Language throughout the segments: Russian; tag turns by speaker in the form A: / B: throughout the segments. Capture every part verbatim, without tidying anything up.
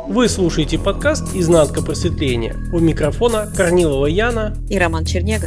A: Вы слушаете подкаст «Изнанка просветления». У микрофона Корнилова Яна
B: и Роман Чернега.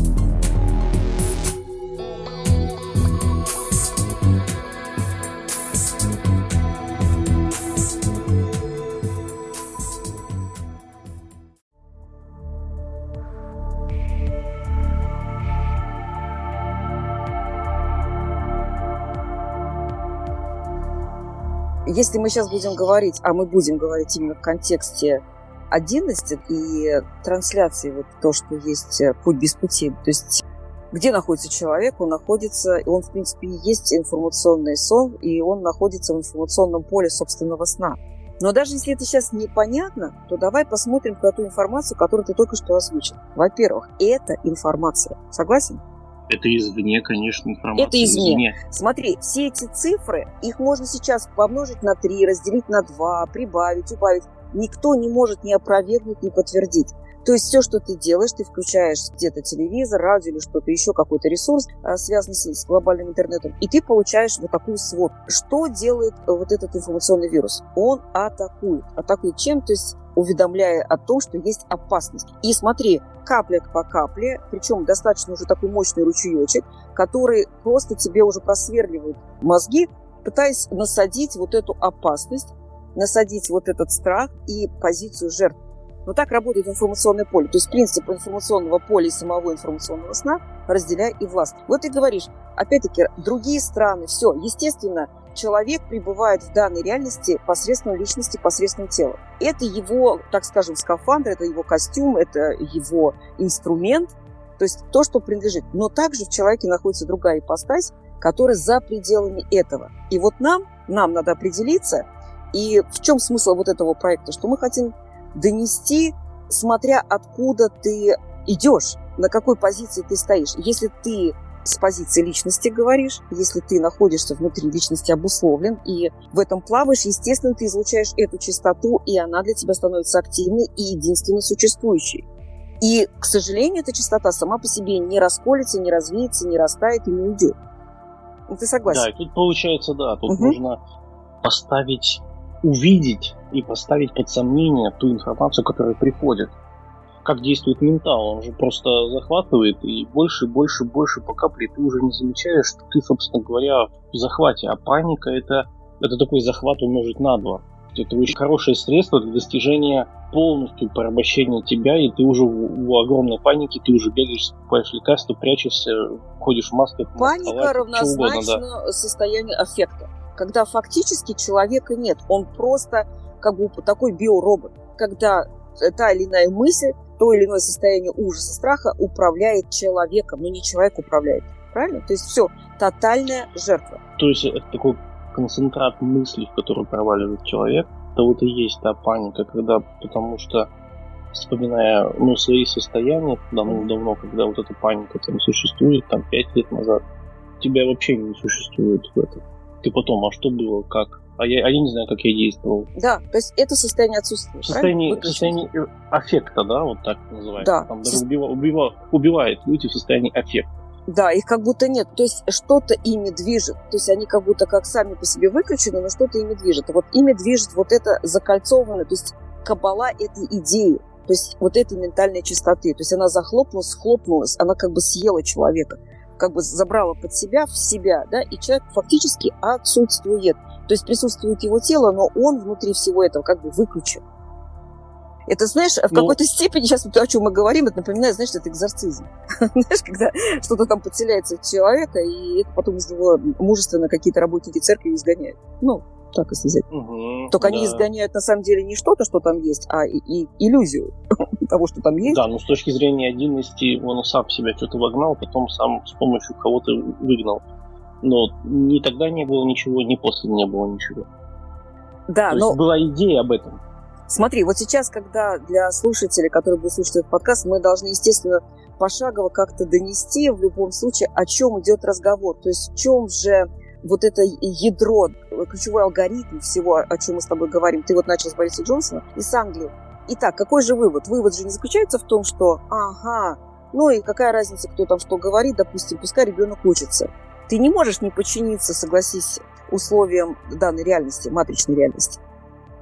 C: Если мы сейчас будем говорить, а мы будем говорить именно в контексте отдельности и трансляции, вот то, что есть путь без пути, то есть где находится человек, он находится, он, в принципе, есть информационный сон, и он находится в информационном поле собственного сна. Но даже если это сейчас непонятно, то давай посмотрим на ту информацию, которую ты только что озвучил. Во-первых, это информация. Согласен?
D: Это извне, конечно, информация.
C: Это извне. извне. Смотри, все эти цифры, их можно сейчас помножить на три, разделить на два, прибавить, убавить. Никто не может ни опровергнуть, ни подтвердить. То есть все, что ты делаешь, ты включаешь где-то телевизор, радио или что-то еще, какой-то ресурс, связанный с глобальным интернетом, и ты получаешь вот такую сводку. Что делает вот этот информационный вирус? Он атакует. Атакует чем? То есть уведомляя о том, что есть опасность. И смотри, капля по капле, причем достаточно уже такой мощный ручеечек, который просто тебе уже просверливает мозги, пытаясь насадить вот эту опасность, насадить вот этот страх и позицию жертвы. Но так работает информационное поле. То есть принцип информационного поля и самого информационного сна разделяй и властвуй. Вот ты говоришь, опять-таки, другие страны, все, естественно, человек пребывает в данной реальности посредством личности, посредством тела. Это его, так скажем, скафандр, это его костюм, это его инструмент, то есть то, что принадлежит. Но также в человеке находится другая ипостась, которая за пределами этого. И вот нам, нам надо определиться, и в чем смысл вот этого проекта, что мы хотим донести, смотря откуда ты идешь, на какой позиции ты стоишь. Если ты с позиции личности говоришь, если ты находишься внутри личности обусловлен и в этом плаваешь, естественно, ты излучаешь эту частоту, и она для тебя становится активной и единственно существующей. И, к сожалению, эта частота сама по себе не расколется, не развеется, не растает и не уйдет. Ну, ты согласен?
D: Да, и тут получается, да, тут
C: угу.
D: нужно поставить, увидеть и поставить под сомнение ту информацию, которая приходит. Как действует ментал, он же просто захватывает, и больше, больше, больше по капле ты уже не замечаешь, что ты, собственно говоря, в захвате. А паника это, это такой захват умножить на два. Это очень хорошее средство для достижения полностью порабощения тебя, и ты уже в, в огромной панике, ты уже бегаешь, покупаешь лекарства, прячешься, ходишь в масках.
C: Паника
D: масках,
C: равнозначна
D: угодно, да.
C: состоянию аффекта, когда фактически человека нет, он просто как бы такой биоробот, когда та или иная мысль, то или иное состояние ужаса, страха управляет человеком, но не человек управляет. Правильно? То есть все, тотальная жертва.
D: То есть это такой концентрат мыслей, в который проваливает человек. Это вот и есть та паника, когда, потому что, вспоминая ну, свои состояния давно-давно, когда вот эта паника там существует, там пять лет назад, тебя вообще не существует в этом. Ты потом, а что было, как? А я, а я не знаю, как я действовал.
C: Да, то есть это состояние отсутствия.
D: Состояние, состояние аффекта, да, вот так называется.
C: Да.
D: Там даже убива, убива, убивает люди в состоянии аффекта.
C: Да, их как будто нет. То есть что-то ими движет. То есть они как будто как сами по себе выключены, но что-то ими движет. И вот ими движет вот это закольцованное, то есть кабала этой идеи, то есть вот этой ментальной чистоты. То есть она захлопнулась, схлопнулась, она как бы съела человека, как бы забрала под себя, в себя, да, и человек фактически отсутствует. То есть присутствует его тело, но он внутри всего этого как бы выключен. Это, знаешь, в ну, какой-то степени, сейчас о чем мы говорим, это напоминает, знаешь, это экзорцизм. Знаешь, когда что-то там подселяется в человека, и это потом из него мужественно какие-то работники церкви изгоняют. Ну, так если взять.
D: Угу,
C: Только
D: да.
C: Они изгоняют на самом деле не что-то, что там есть, а и, и иллюзию того, что там есть.
D: Да, но с точки зрения отдельности он сам в себя что-то вогнал, потом сам с помощью кого-то выгнал. Но ни тогда не было ничего, ни после не было ничего.
C: Да,
D: То
C: но...
D: есть была идея об этом.
C: Смотри, вот сейчас, когда для слушателей, которые будут слушать этот подкаст, мы должны, естественно, пошагово как-то донести в любом случае, о чем идет разговор. То есть в чем же вот это ядро, ключевой алгоритм всего, о чем мы с тобой говорим. Ты вот начал с Бориса Джонсона и с Англии. Итак, какой же вывод? Вывод же не заключается в том, что, ага, ну и какая разница, кто там что говорит, допустим, пускай ребенок учится. Ты не можешь не подчиниться, согласись, условиям данной реальности, матричной реальности.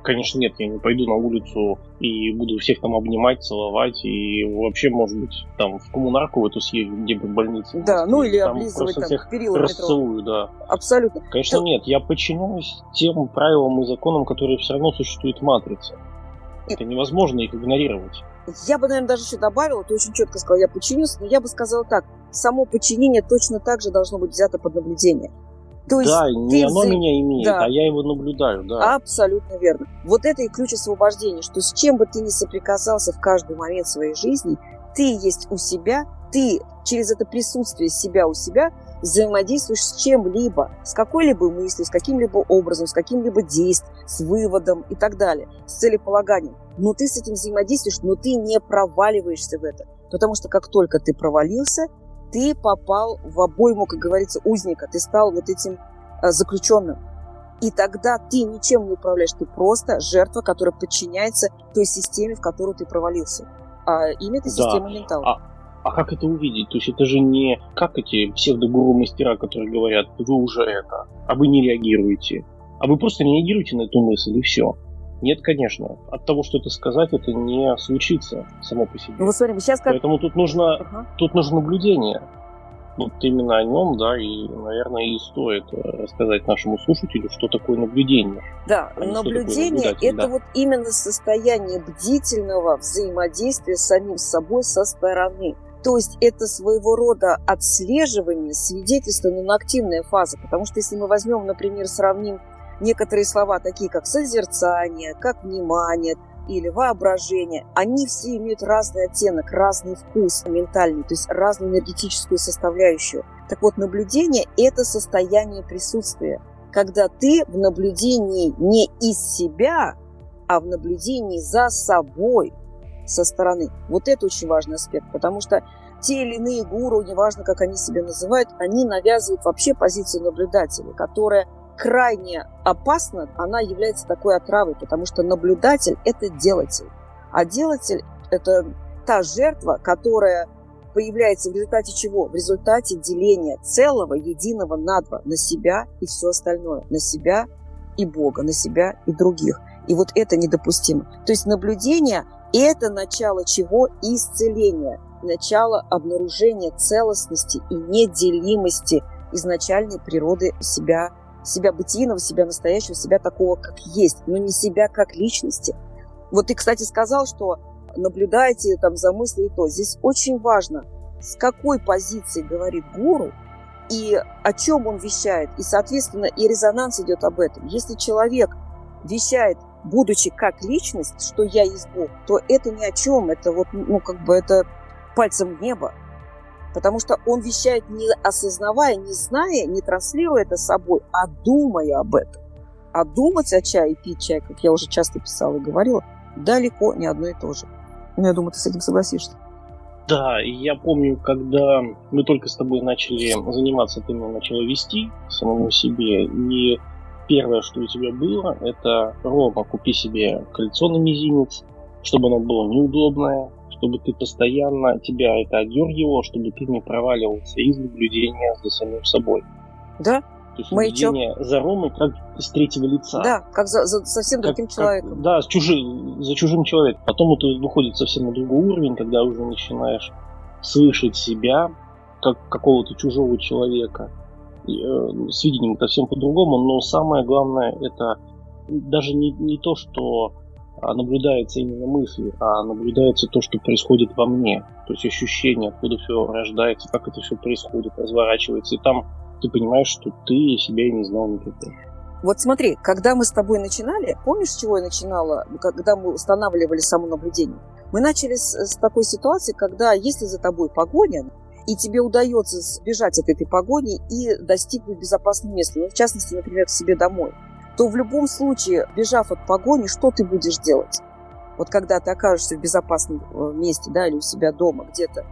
D: Конечно, нет, я не пойду на улицу и буду всех там обнимать, целовать, и вообще, может быть, там в коммунарку в эту съезжу, где бы больница.
C: Да, ну или
D: там
C: облизывать там
D: всех
C: перила метро.
D: расцелую, да.
C: Абсолютно.
D: Конечно,
C: То...
D: нет, я подчиняюсь тем правилам и законам, которые все равно существуют в матрице. Это невозможно их игнорировать.
C: Я бы, наверное, даже еще добавила, ты очень четко сказал, я подчинюсь, но я бы сказала так, само подчинение точно так же должно быть взято под наблюдение. То есть
D: да, не оно взаим... меня имеет, да. а я его наблюдаю, да.
C: Абсолютно верно. Вот это и ключ освобождения, что с чем бы ты ни соприкасался в каждый момент своей жизни, ты есть у себя, ты через это присутствие себя у себя взаимодействуешь с чем-либо, с какой-либо мыслью, с каким-либо образом, с каким-либо действием, с выводом и так далее, с целеполаганием. Но ты с этим взаимодействуешь, но ты не проваливаешься в это. Потому что как только ты провалился, ты попал в обойму, как говорится, узника. Ты стал вот этим а, заключенным. И тогда ты ничем не управляешь. Ты просто жертва, которая подчиняется той системе, в которую ты провалился. А имя этой
D: да.
C: системы ментал.
D: А, а как это увидеть? То есть это же не как эти псевдогуру-мастера, которые говорят, вы уже это, а вы не реагируете. А вы просто не реагируете на эту мысль, и все. Нет, конечно. От того, что это сказать, это не случится само по себе.
C: Ну, вот смотри, сейчас как...
D: Поэтому тут нужно,
C: uh-huh.
D: тут нужно наблюдение. Вот именно о нем, да, и, наверное, и стоит рассказать нашему слушателю, что такое наблюдение.
C: Да,
D: а
C: наблюдение – это
D: да.
C: вот именно состояние бдительного взаимодействия с самим собой со стороны. То есть это своего рода отслеживание, свидетельство, но активная фаза. Потому что если мы возьмем, например, сравним некоторые слова, такие как созерцание, как внимание или воображение, они все имеют разный оттенок, разный вкус ментальный, то есть разную энергетическую составляющую. Так вот, наблюдение – это состояние присутствия, когда ты в наблюдении не из себя, а в наблюдении за собой со стороны. Вот это очень важный аспект, потому что те или иные гуру, неважно, как они себя называют, они навязывают вообще позицию наблюдателя, которая крайне опасна, она является такой отравой, потому что наблюдатель – это делатель. А делатель – это та жертва, которая появляется в результате чего? В результате деления целого, единого на два, на себя и все остальное, на себя и Бога, на себя и других. И вот это недопустимо. То есть наблюдение – это начало чего? Исцеления, начало обнаружения целостности и неделимости изначальной природы себя, себя бытийного, себя настоящего, себя такого, как есть, но не себя как личности. Вот ты, кстати, сказал, что наблюдайте там за мыслью и то. Здесь очень важно, с какой позиции говорит гуру и о чем он вещает. И, соответственно, и резонанс идет об этом. Если человек вещает, будучи как личность, что я есть Бог, то это ни о чем. Это вот, ну, как бы это пальцем в небо. Потому что он вещает не осознавая, не зная, не транслируя это собой, а думая об этом. А думать о чае и пить чай, как я уже часто писала и говорила, далеко не одно и то же. Ну, я думаю, ты с этим согласишься.
D: Да, и я помню, когда мы только с тобой начали заниматься, ты меня начала вести самому себе, и первое, что у тебя было, это: Рома, купи себе кольцо на мизинец, чтобы оно было неудобное, чтобы ты постоянно, тебя это одергивало, чтобы ты не проваливался из наблюдения за самим собой.
C: Да.
D: То есть наблюдение за Ромой как с третьего лица.
C: Да, как за, за совсем
D: как,
C: другим человеком.
D: Как, да, с чужим, за чужим человеком. Потом это выходит совсем на другой уровень, когда уже начинаешь слышать себя как какого-то чужого человека. И, э, с видением совсем по-другому, но самое главное, это даже не, не то, что наблюдается именно мысли, а наблюдается то, что происходит во мне. То есть ощущение, откуда все рождается, как это все происходит, разворачивается. И там ты понимаешь, что ты себя и не знал никогда.
C: Вот смотри, когда мы с тобой начинали, помнишь, с чего я начинала, когда мы устанавливали самонаблюдение? Мы начали с, с такой ситуации, когда если за тобой погоня, и тебе удается сбежать от этой погони и достигнуть безопасного места, ну, в частности, например, к себе домой, то в любом случае, бежав от погони, что ты будешь делать? Вот когда ты окажешься в безопасном месте, да, или у себя дома где-то,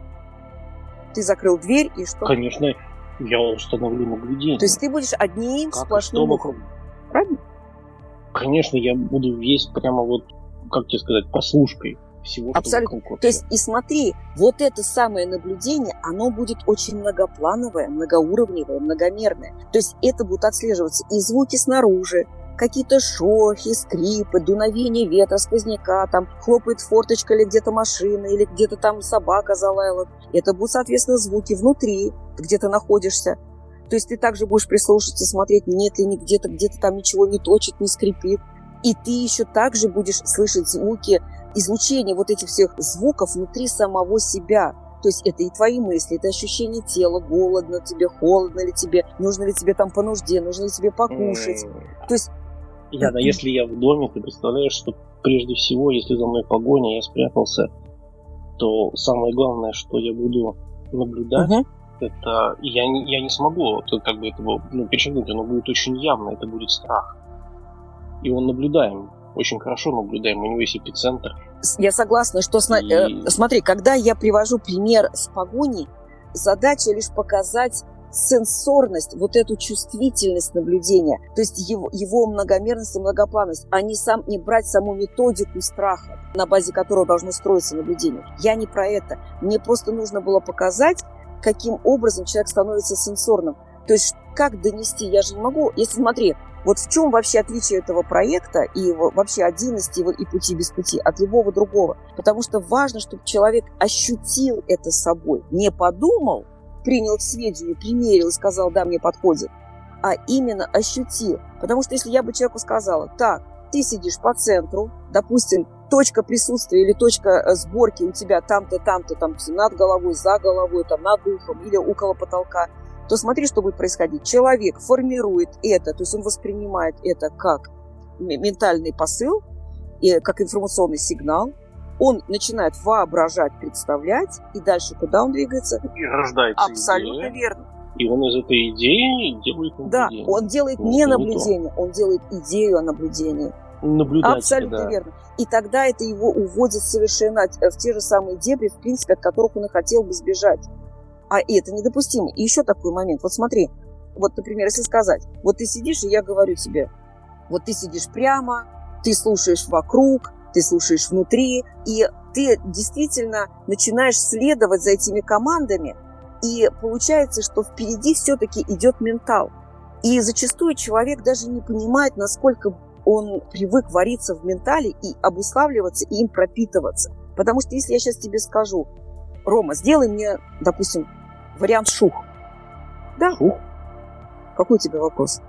C: ты закрыл дверь и что?
D: Конечно, я установлю наблюдение.
C: То есть ты будешь одним как сплошным ухом. Правильно?
D: Конечно, я буду весь прямо вот, как тебе сказать, послушкой всего,
C: абсолютно. То есть, и смотри, вот это самое наблюдение, оно будет очень многоплановое, многоуровневое, многомерное. То есть это будут отслеживаться и звуки снаружи, какие-то шорохи, скрипы, дуновение ветра, сквозняка, там хлопает форточка или где-то машина, или где-то там собака залаяла. Это будут, соответственно, звуки внутри, где ты находишься. То есть ты также будешь прислушиваться, смотреть, нет ли где-то, где-то там ничего не точит, не скрипит. И ты еще также будешь слышать звуки, излучение вот этих всех звуков внутри самого себя. То есть это и твои мысли, это ощущение тела, голодно тебе, холодно ли тебе, нужно ли тебе там по нужде, нужно ли тебе покушать. Mm. То есть...
D: Яна, mm-hmm. если я в доме, ты представляешь, что прежде всего, если за мной погоня, я спрятался, то самое главное, что я буду наблюдать, mm-hmm. это я не, я не смогу то, как бы этого ну, перешагнуть, оно будет очень явно, это будет страх. И он наблюдаем, очень хорошо наблюдаем, у него есть эпицентр.
C: Я согласна, что
D: и...
C: э, смотри, когда я привожу пример с погоней, задача лишь показать сенсорность, вот эту чувствительность наблюдения, то есть его, его многомерность и многопланность, а не, сам, не брать саму методику страха, на базе которого должно строиться наблюдение. Я не про это. Мне просто нужно было показать, каким образом человек становится сенсорным. То есть как донести, я же не могу, если смотри, вот в чем вообще отличие этого проекта и вообще отдельности и пути без пути от любого другого? Потому что важно, чтобы человек ощутил это собой, не подумал, принял к сведению, примерил и сказал, да, мне подходит, а именно ощутил. Потому что если я бы человеку сказала, так, ты сидишь по центру, допустим, точка присутствия или точка сборки у тебя там-то, там-то, там над головой, за головой, там над ухом или около потолка, то смотри, что будет происходить. Человек формирует это, то есть он воспринимает это как ментальный посыл, и как информационный сигнал. Он начинает воображать, представлять, и дальше куда он двигается?
D: И рождается
C: абсолютно
D: идея.
C: Верно.
D: И он из этой идеи делает наблюдение.
C: Да, он делает
D: ну,
C: не наблюдение, он делает идею о наблюдении. Абсолютно
D: да.
C: верно. И тогда это его уводит совершенно в те же самые дебри, в принципе, от которых он и хотел бы сбежать. А это недопустимо. И еще такой момент. Вот смотри, вот, например, если сказать, вот ты сидишь, и я говорю тебе, вот ты сидишь прямо, ты слушаешь вокруг, ты слушаешь внутри, и ты действительно начинаешь следовать за этими командами, и получается, что впереди все-таки идет ментал. И зачастую человек даже не понимает, насколько он привык вариться в ментале и обуславливаться, и им пропитываться. Потому что если я сейчас тебе скажу, Рома, сделай мне, допустим, вариант шух. Да?
D: Шух?
C: Какой у тебя вопрос?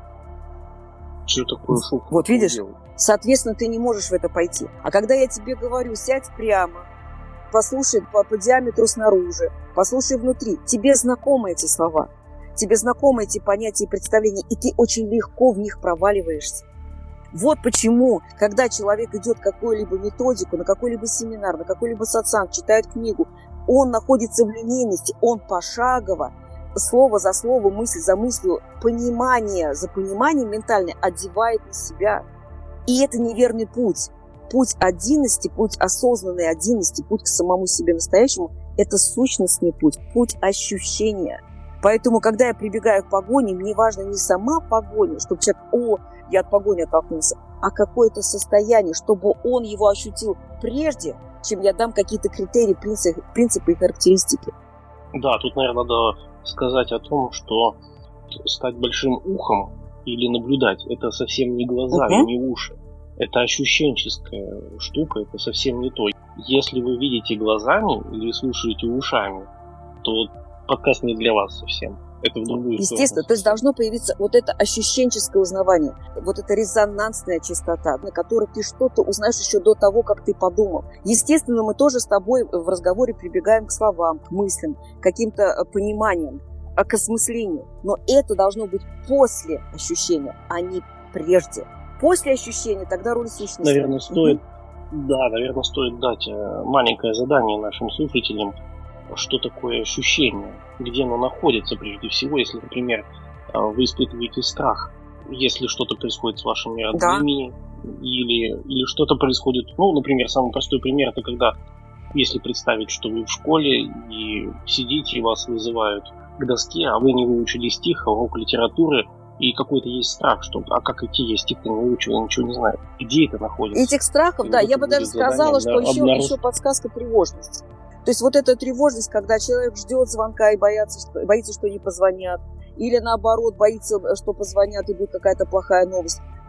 D: Что такое шух?
C: Вот видишь, соответственно, ты не можешь в это пойти. А когда я тебе говорю, сядь прямо, послушай по, по диаметру снаружи, послушай внутри, тебе знакомы эти слова, тебе знакомы эти понятия и представления, и ты очень легко в них проваливаешься. Вот почему, когда человек идет какую-либо методику, на какой-либо семинар, на какой-либо сатсанг, читает книгу, он находится в линейности, он пошагово, слово за слово, мысль за мыслью, понимание за пониманием ментальное одевает на себя. И это неверный путь. Путь одинности, путь осознанной одинности, путь к самому себе настоящему – это сущностный путь, путь ощущения. Поэтому, когда я прибегаю к погоне, мне важно не сама погоня, чтобы человек, о, я от погони оттолкнулся, а какое-то состояние, чтобы он его ощутил прежде, чем я дам какие-то критерии, принципы, принципы и характеристики.
D: Да, тут, наверное, надо сказать о том, что стать большим ухом или наблюдать – это совсем не глаза uh-huh. и не уши. Это ощущенческая штука, это совсем не то. Если вы видите глазами или слушаете ушами, то подкаст не для вас совсем. Это в другую
C: Естественно,
D: сторону.
C: То есть должно появиться вот это ощущенческое узнавание, вот эта резонансная частота, на которой ты что-то узнаешь еще до того, как ты подумал. Естественно, мы тоже с тобой в разговоре прибегаем к словам, к мыслям, к каким-то пониманиям, к осмыслению. Но это должно быть после ощущения, а не прежде. После ощущения тогда роль сущности.
D: Наверное, стоит, угу. да, наверное, стоит дать маленькое задание нашим слушателям. Что такое ощущение, где оно находится прежде всего, если, например, вы испытываете страх, если что-то происходит с вашими родными, да. или, или что-то происходит, ну, например, самый простой пример, это когда, если представить, что вы в школе и сидите, и вас вызывают к доске, а вы не выучили стих, а урок литературы, и какой-то есть страх, что а как идти, я стих не выучил, я ничего не знаю. Где это находится?
C: Этих страхов, и да, вот я бы даже сказала, что да, еще, обнаружить... еще подсказка тревожности. То есть вот эта тревожность, когда человек ждет звонка и боится, что, боится, что не позвонят, или наоборот, боится, что позвонят и будет какая-то плохая новость.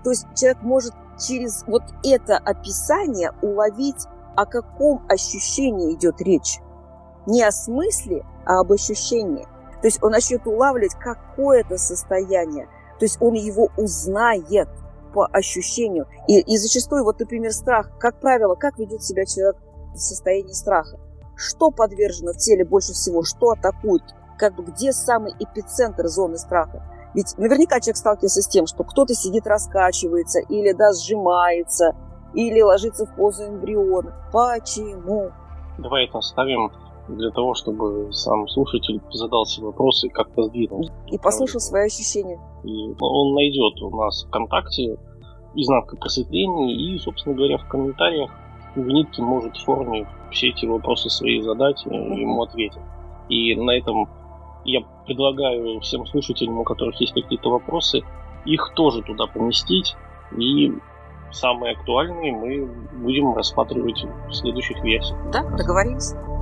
C: То есть человек может через вот это описание уловить, о каком ощущении идет речь. Не о смысле, а об ощущении. То есть он начнет улавливать, какое это состояние. То есть он его узнает по ощущению. И, и зачастую, вот, например, страх, как правило, как ведет себя человек в состоянии страха? Что подвержено в теле больше всего? Что атакует? Как бы где самый эпицентр зоны страха? Ведь наверняка человек сталкивается с тем, что кто-то сидит, раскачивается, или да, сжимается, или ложится в позу эмбриона. Почему?
D: Давай это оставим для того, чтобы сам слушатель задал себе вопросы и как-то сдвинул.
C: И послушал свои ощущения.
D: И он найдет у нас ВКонтакте «Изнанка просветления» и, собственно говоря, в комментариях Вениткин может в форме все эти вопросы свои задать, и ему ответить. И на этом я предлагаю всем слушателям, у которых есть какие-то вопросы, их тоже туда поместить. И самые актуальные мы будем рассматривать в следующих версиях.
C: Да, договорились.